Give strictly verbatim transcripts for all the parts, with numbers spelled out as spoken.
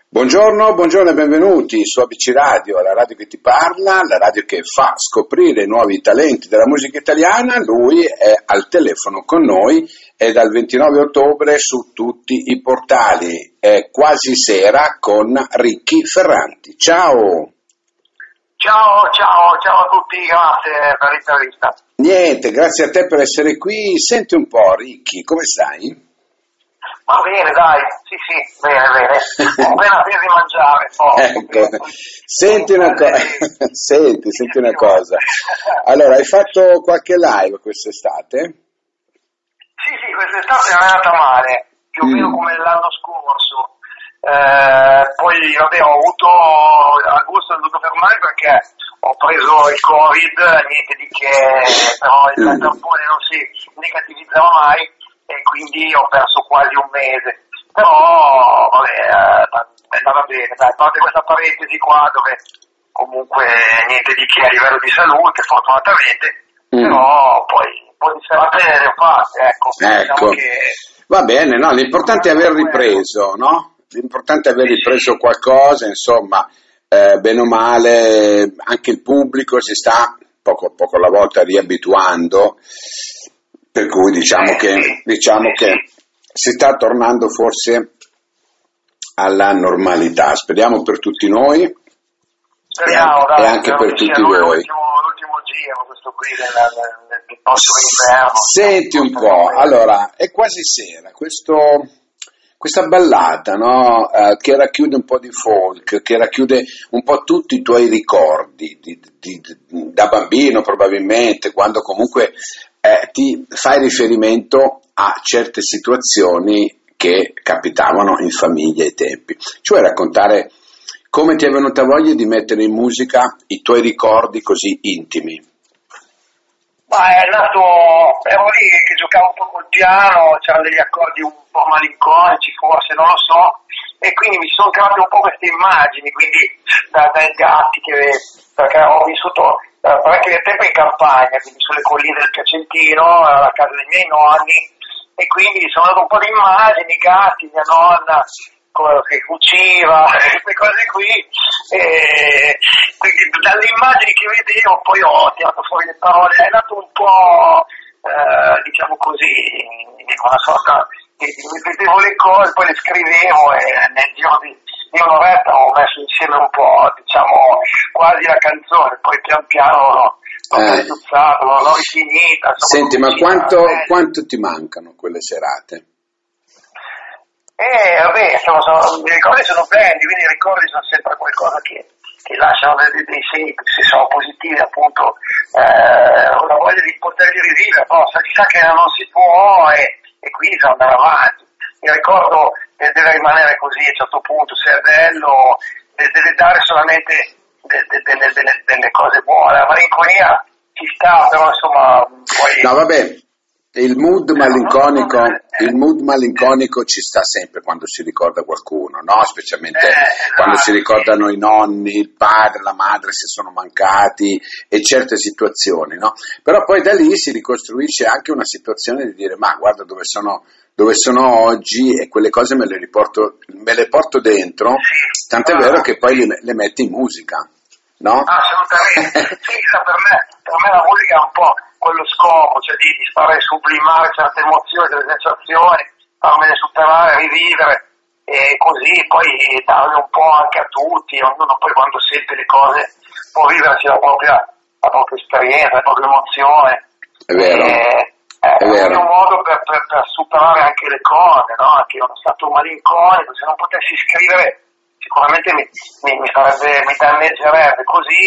Buongiorno, buongiorno e benvenuti su A B C Radio, la radio che ti parla, la radio che fa scoprire i nuovi talenti della musica italiana. Lui è al telefono con noi, è dal ventinove ottobre su tutti i portali, è quasi sera con Ricky Ferranti. Ciao! Ciao, ciao, ciao a tutti, grazie per l'intervista. Niente, grazie a te per essere qui. Senti un po', Ricky, come stai? Va bene, dai, sì, sì, bene, bene. Ho appena finito di mangiare, poi. Ecco, senti una, co- senti, senti una cosa. Allora, hai fatto qualche live quest'estate? Sì, sì, quest'estate è andata male, più o Mm. meno come l'anno scorso. Eh, poi, vabbè, ho avuto, agosto ho dovuto fermare perché ho preso il Covid, niente di che, però il Mm. tampone non si negativizzava mai. E quindi ho perso quasi un mese, però vabbè, è andata bene, dai, a parte questa parentesi qua dove comunque niente di che a livello di salute fortunatamente, Mm. però poi un po' di serate le ho fatte, ecco, Ecco, diciamo che va bene, no, l'importante è aver ripreso, no? L'importante è aver ripreso qualcosa, insomma, eh, bene o male, anche il pubblico si sta poco poco alla volta riabituando, per cui diciamo che, diciamo che si sta tornando forse alla normalità, speriamo per tutti noi e speriamo, anche, e dai, anche spero per che sia tutti l'ultimo, voi. l'ultimo giro, questo qui del, del, del prossimo inverno. Senti un po', allora, è quasi sera, questo, questa ballata, no? eh, che racchiude un po' di folk, che racchiude un po' tutti i tuoi ricordi, di- di- di- da bambino probabilmente, quando comunque eh, ti fai riferimento a certe situazioni che capitavano in famiglia ai tempi. Ci vuoi raccontare come ti è venuta voglia di mettere in musica i tuoi ricordi così intimi? Ma è nato, ero lì che giocavo un po' col piano, c'erano degli accordi un po' malinconici, forse, non lo so, e quindi mi sono create un po' queste immagini, quindi da, dai gatti, che, perché ho vissuto eh, parecchio tempo in campagna, quindi sulle colline del Piacentino, alla casa dei miei nonni, e quindi mi sono dato un po' di immagini, gatti, mia nonna, co- che cuciva, queste cose qui, e quindi dalle immagini che vedevo poi ho tirato fuori le parole, è nato un po', eh, diciamo così, una sorta di, di vedevo le cose, poi le scrivevo e nel giro di, di un'oretta ho messo insieme un po', diciamo, quasi la canzone, poi pian piano l'ho Eh. sviluppato, l'ho, l'ho rifinita. insomma, Senti, ma riuscita, quanto, eh. quanto ti mancano quelle serate? Eh, vabbè, sono, sono, i ricordi sono belli, quindi i ricordi sono sempre qualcosa che, che lasciano dei, dei segni, se sono positivi appunto, eh, ho la voglia di poterli rivivere, però si sa che non si può e, e quindi bisogna andare avanti. Il ricordo eh, deve rimanere così a un certo punto, se è bello, deve, deve dare solamente de- de- delle, delle, delle cose buone, la malinconia ci sta, però insomma poi... No, vabbè, il mood malinconico, il mood malinconico ci sta sempre quando si ricorda qualcuno, no? Specialmente Eh, quando si esatto. ricordano i nonni, il padre, la madre, se sono mancati e certe situazioni, no? Però poi da lì si ricostruisce anche una situazione di dire, ma guarda dove sono, dove sono oggi e quelle cose me le riporto, me le porto dentro, tant'è vero che poi le, le metti in musica, no? Assolutamente, sì, sa, per me, per me la musica è un po' quello scopo, cioè di, di fare sublimare certe emozioni, delle sensazioni, farmele superare, rivivere e così poi darle un po' anche a tutti, ognuno poi quando sente le cose può viversi la propria, la propria esperienza, la propria emozione. È vero, E, è è vero. un modo per, per, per superare anche le cose, no? Anche uno stato malinconico, se non potessi scrivere sicuramente mi, mi, mi, farebbe, mi danneggerebbe, così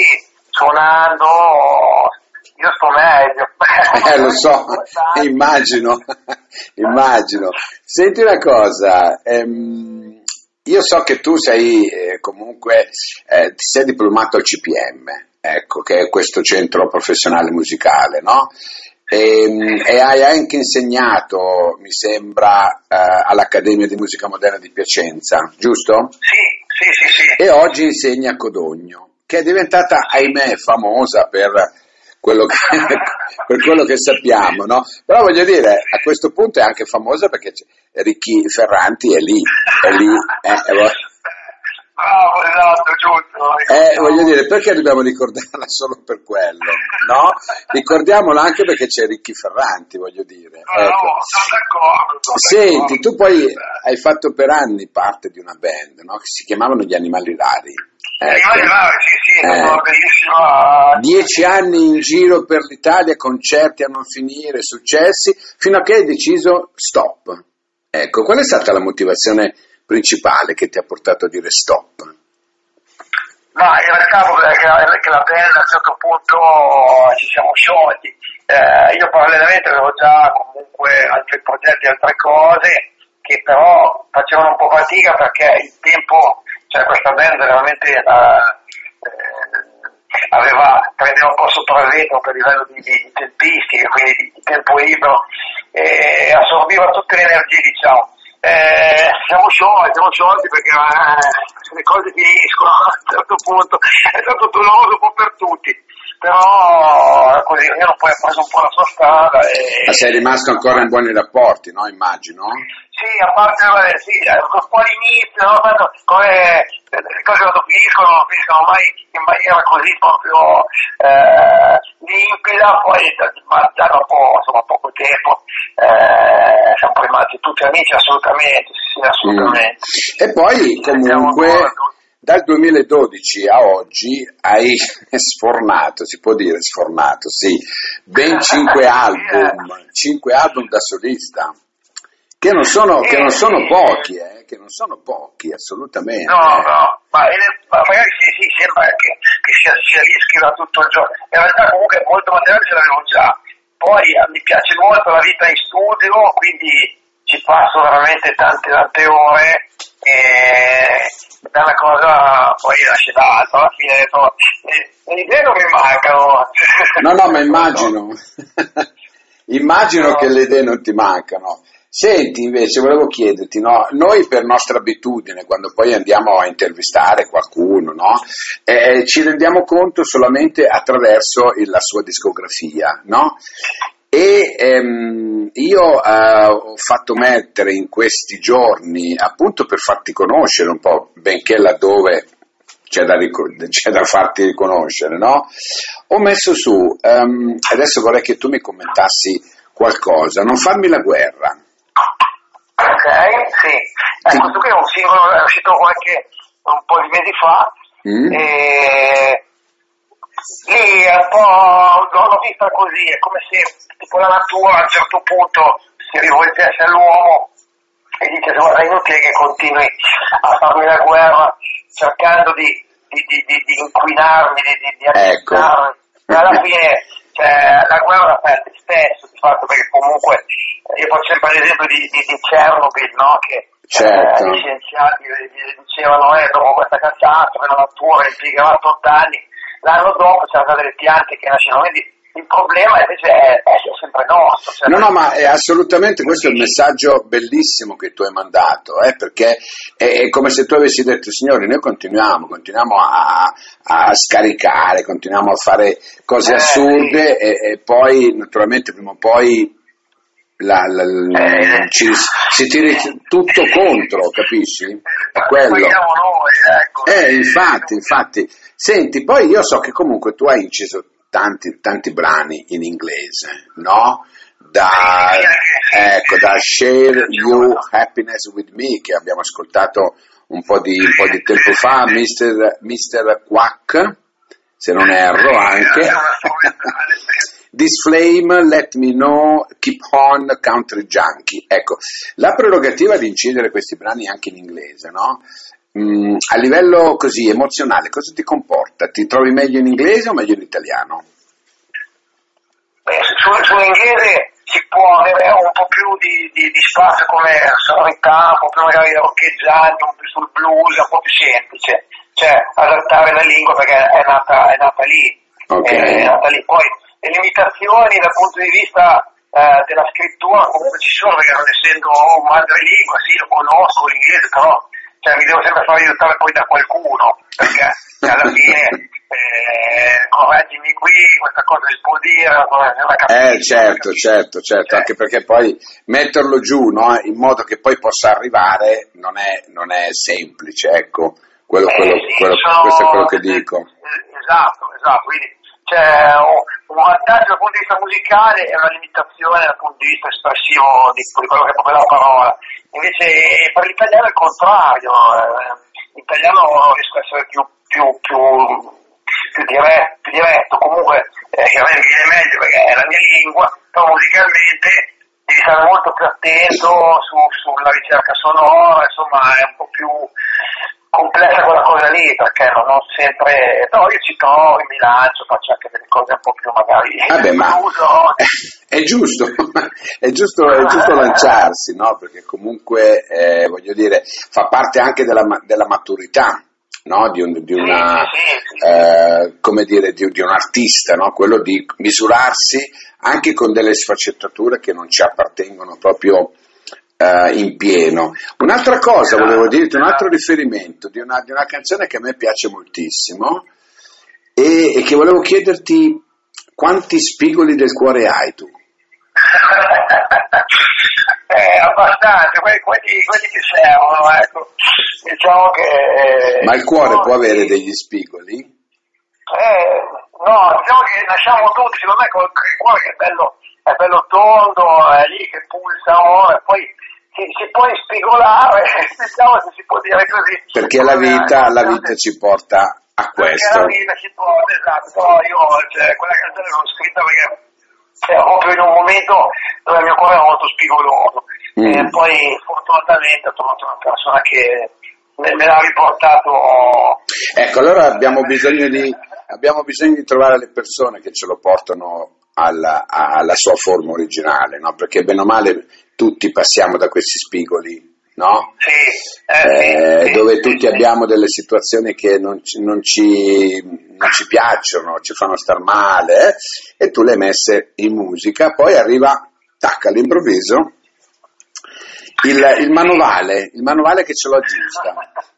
suonando io sto meglio. Eh, lo so, immagino, immagino. Senti una cosa, ehm, io so che tu sei eh, comunque, eh, ti sei diplomato al C P M, ecco, che è questo centro professionale musicale, no? E, e hai anche insegnato, mi sembra, eh, all'Accademia di Musica Moderna di Piacenza, giusto? Sì, sì, sì, sì. E oggi insegna a Codogno, che è diventata, ahimè, famosa per quello che, per quello che sappiamo, no? Però voglio dire, a questo punto è anche famosa perché c'è Ricky Ferranti è lì, è lì, eh, voglio dire, perché dobbiamo ricordarla solo per quello, no? Ricordiamola anche perché c'è Ricky Ferranti, voglio dire. No, Ecco. no, sono d'accordo. Sono Senti, d'accordo. tu poi hai fatto per anni parte di una band, no? Che si chiamavano Gli Animali Rari. Ecco. Animali Rari, sì, sì, è Eh. stata una bellissima... Dieci anni in giro per l'Italia, concerti a non finire, successi, fino a che hai deciso stop. Ecco, qual è stata la motivazione principale che ti ha portato a dire stop? Ma in realtà che la, che la band a un certo punto ci siamo sciolti. Eh, io parallelamente avevo già comunque altri progetti, altre cose che però facevano un po' fatica perché il tempo, cioè questa band veramente eh, aveva, prendeva un po' sopravvento per livello di, di, di tempistiche, quindi di, di tempo libero, e assorbiva tutte le energie, diciamo. Eh, siamo sciolti, siamo sciolti perché eh, le cose finiscono a un certo punto, è stato doloroso un po' per tutti, però così ognuno poi ha preso un po' la sua strada. E... Ma sei rimasto ancora in buoni rapporti, no? Immagino. Sì, a parte vabbè, sì, un po' all'inizio, no? Tanto come le cose quando finiscono, non finiscono mai in maniera così proprio eh, limpida, poi ma già dopo insomma poco tempo eh, siamo rimasti tutti amici assolutamente, sì, assolutamente. Mm. E poi comunque dal duemiladodici a oggi hai sfornato, si può dire sfornato, sì, ben cinque album, cinque album da solista. Che non sono, che non sono pochi, eh, che non sono pochi, assolutamente. No, no, ma, ma magari sì, sì, sembra che, che sia, sia lì scriva tutto il giorno. In realtà comunque molto materiale ce l'avevo già. Poi eh, mi piace molto la vita in studio, quindi ci passo veramente tante tante ore e è una cosa poi lascia l'altra, alla fine insomma, le idee non mi mancano. No, no, ma immagino, immagino no. Che le idee non ti mancano. Senti, invece, volevo chiederti, no? Noi per nostra abitudine, quando poi andiamo a intervistare qualcuno, no? Eh, ci rendiamo conto solamente attraverso il, la sua discografia, no? E ehm, io eh, ho fatto mettere in questi giorni, appunto per farti conoscere un po', benché laddove c'è da, ric- c'è da farti riconoscere, no? Ho messo su, um, adesso vorrei che tu mi commentassi qualcosa, Non farmi la guerra. Ok, sì. Eh, questo qui è un singolo, è uscito qualche un po' di mesi fa. Mm. E lì è un po', l'ho vista così, è come se tipo la natura a un certo punto si rivolgesse all'uomo e dice guarda è inutile che continui a farmi la guerra cercando di, di, di, di, di inquinarmi, di, di, di ecco. E alla fine cioè, la guerra fa te stesso, di fatto, perché comunque io faccio sempre l'esempio di, di, di Chernobyl, no? Che certo. eh, gli scienziati dicevano eh, dopo questa catastrofe la natura impiegava otto anni, l'anno dopo c'erano delle piante che nascevano, quindi il problema invece è, è sempre nostro. Cioè no, no, ma è assolutamente questo è il messaggio bellissimo che tu hai mandato, eh, perché è, è come se tu avessi detto, signori, noi continuiamo, continuiamo a, a scaricare, continuiamo a fare cose eh, assurde sì. e, e poi naturalmente prima o poi la, la, eh, ci, si tiri tutto contro, capisci? È quello. Noi, ecco. Eh, infatti, infatti. Senti, poi io so che comunque tu hai inciso tanti, tanti brani in inglese, no? Da, ecco, da Share Your Happiness With Me, che abbiamo ascoltato un po' di, un po' di tempo fa, mister mister Quack, se non erro anche. This Flame, Let Me Know, Keep On, Country Junkie. Ecco, la prerogativa di incidere questi brani anche in inglese, no? Mm, a livello così emozionale, cosa ti comporta? Ti trovi meglio in inglese o meglio in italiano? Beh, su, su inglese si può avere un po' più di, di, di spazio come sonorità, un po' più magari roccheggianti, un po' più sul blues, un po' più semplice, cioè adattare la lingua perché è nata, è nata lì, okay. È nata lì. Poi le limitazioni dal punto di vista eh, della scrittura comunque ci sono, perché non essendo madrelingua, sì lo conosco l'inglese, però cioè, mi devo sempre far aiutare poi da qualcuno, perché alla fine eh, correggimi qui, questa cosa si può dire, non eh certo, certo, certo, anche perché poi metterlo giù, no, in modo che poi possa arrivare non è, non è semplice, ecco, quello, eh, quello, sì, quello, sono, questo è quello che dico. esatto, esatto, quindi c'è un vantaggio dal punto di vista musicale e una limitazione dal punto di vista espressivo di, di quello che è proprio la parola. Invece per l'italiano è il contrario, eh, l'italiano riesce a essere più, più, più, più, diretto, più diretto, comunque eh, chiaramente viene meglio perché è la mia lingua, però musicalmente devi stare molto più attento su, sulla ricerca sonora, insomma è un po' più complessa quella cosa lì, perché non, non sempre, però io ci provo, mi lancio, faccio anche delle cose un po' più magari Vabbè, ma uso. è giusto, è giusto, è giusto lanciarsi, no? Perché comunque, eh, voglio dire, fa parte anche della, della maturità, no? Di, un, di una, sì, sì, sì. Eh, come dire, di, di un artista, no? Quello di misurarsi anche con delle sfaccettature che non ci appartengono proprio in pieno. Un'altra cosa volevo dirti, un altro riferimento di una, di una canzone che a me piace moltissimo e, e che volevo chiederti quanti spigoli del cuore hai tu? eh, abbastanza, quelli, quelli, quelli che servono, ecco. Diciamo che... Ma il cuore no, può avere sì. degli spigoli? Eh, no, diciamo che nasciamo tutti, secondo me, con il cuore che è bello, è bello tondo, è lì che pulsa ora, e poi si, si può spigolare, diciamo se si può dire così. Perché la vita, la vita ci porta a questo. Perché la vita ci porta, esatto. Io cioè, quella canzone l'ho scritta perché era proprio in un momento dove il mio cuore era molto spigoloso. Mm. E poi fortunatamente ho trovato una persona che me, me l'ha riportato. Ecco, allora abbiamo bisogno di, abbiamo bisogno di trovare le persone che ce lo portano alla, alla sua forma originale, no? Perché bene o male tutti passiamo da questi spigoli, no? Sì, eh, eh, sì, dove sì, tutti sì. abbiamo delle situazioni che non ci, non ci, non ci piacciono, ci fanno star male, eh? E tu le hai messe in musica, poi arriva, tac, all'improvviso, il, il manovale, il manovale che ce l'ho giusta.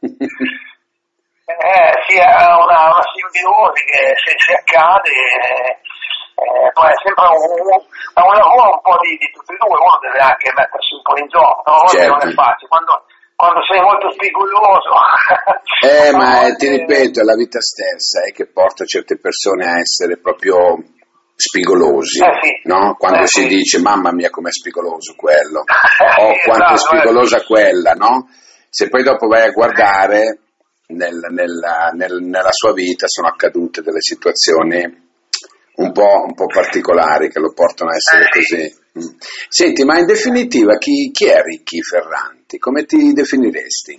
Eh, sì, è una, una simbiosi che se si accade, eh, poi è sempre un, è un lavoro un po' di, di tutti e due, uno deve anche mettersi un po' in gioco, no? Certo. Non è facile, quando, quando sei molto spigoloso. Eh, ma eh, ti ripeto, è la vita stessa eh, che porta certe persone a essere proprio spigolosi, eh, sì. no? Quando eh, si sì. dice mamma mia com'è spigoloso quello, Eh, o sì, quanto è esatto, spigolosa eh. quella, no? Se poi dopo vai a guardare nel, nella, nel, nella sua vita sono accadute delle situazioni un po', un po' particolari che lo portano a essere eh, così. Mm. Senti, ma in definitiva chi, chi è Ricky Ferranti? Come ti definiresti?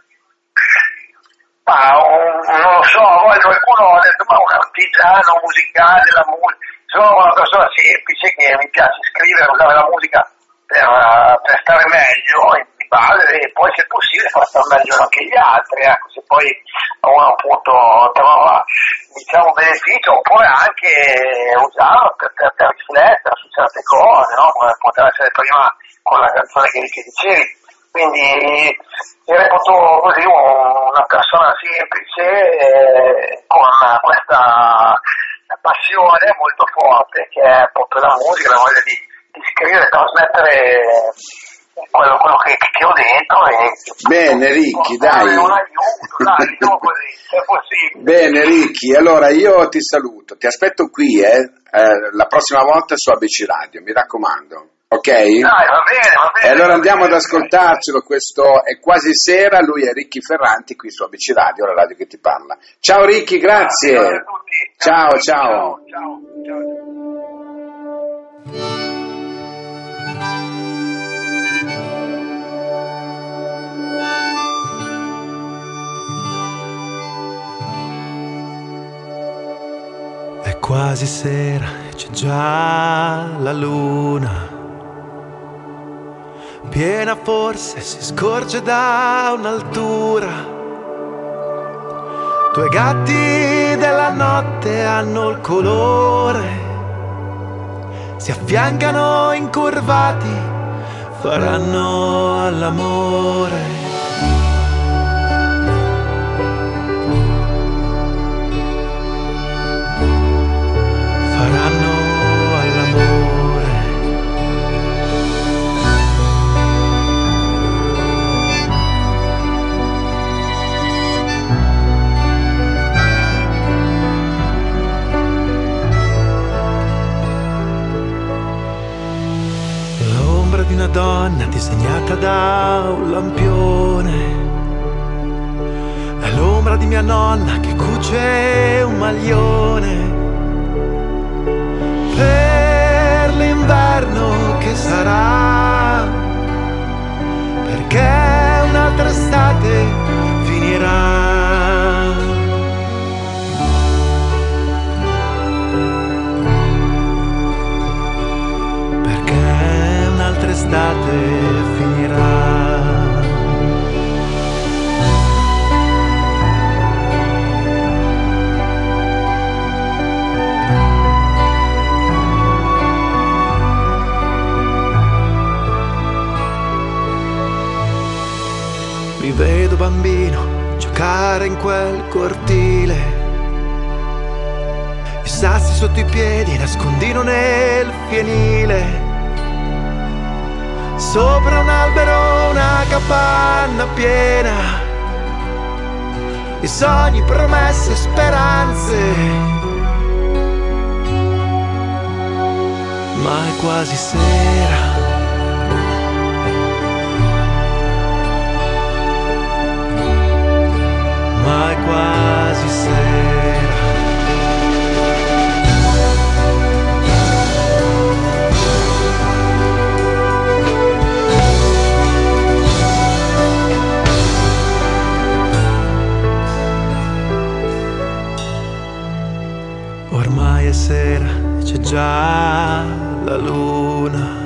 Ma un, non lo so, poi qualcuno ha detto ma un artigiano musicale della musica, sono una persona semplice che mi piace scrivere, usare la musica per, per stare meglio in base e poi se possibile far stare meglio anche gli altri, ecco, se poi uno appunto trova diciamo beneficio oppure anche usarlo per, per, per riflettere su certe cose, no? Come poteva essere prima con la canzone che, che dicevi. Quindi mi reputo così una persona semplice eh, con questa passione molto forte che è proprio la musica, la voglia di, di scrivere, trasmettere quello, quello che, che ho dentro. E bene Ricky, dai. Un aiuto, dai, diciamo così, se è possibile. Bene Ricky, allora io ti saluto, ti aspetto qui eh, eh, la prossima volta su A B C Radio, mi raccomando. Ok? Dai, va bene, va bene. E allora andiamo ad ascoltarcelo, questo è quasi sera, lui è Ricky Ferranti qui su A B C Radio, la radio che ti parla. Ciao Ricky, grazie. Ciao a tutti. Ciao, ciao. Ciao, ciao, ciao. È quasi sera e c'è già la luna piena, forse si scorge da un'altura. Due gatti della notte hanno il colore, si affiancano incurvati, faranno all'amore. Faranno all'amore. donna disegnata da un lampione. È l'ombra di mia nonna che cuce un maglione per l'inverno che sarà, perché un'altra estate finirà. Estate finirà. Mi vedo bambino giocare in quel cortile, i sassi sotto i piedi, nascondino nel fienile. Sopra un albero una capanna piena di sogni, promesse, speranze. Ma è quasi sera. Ma è quasi sera. Ormai è sera e c'è già la luna.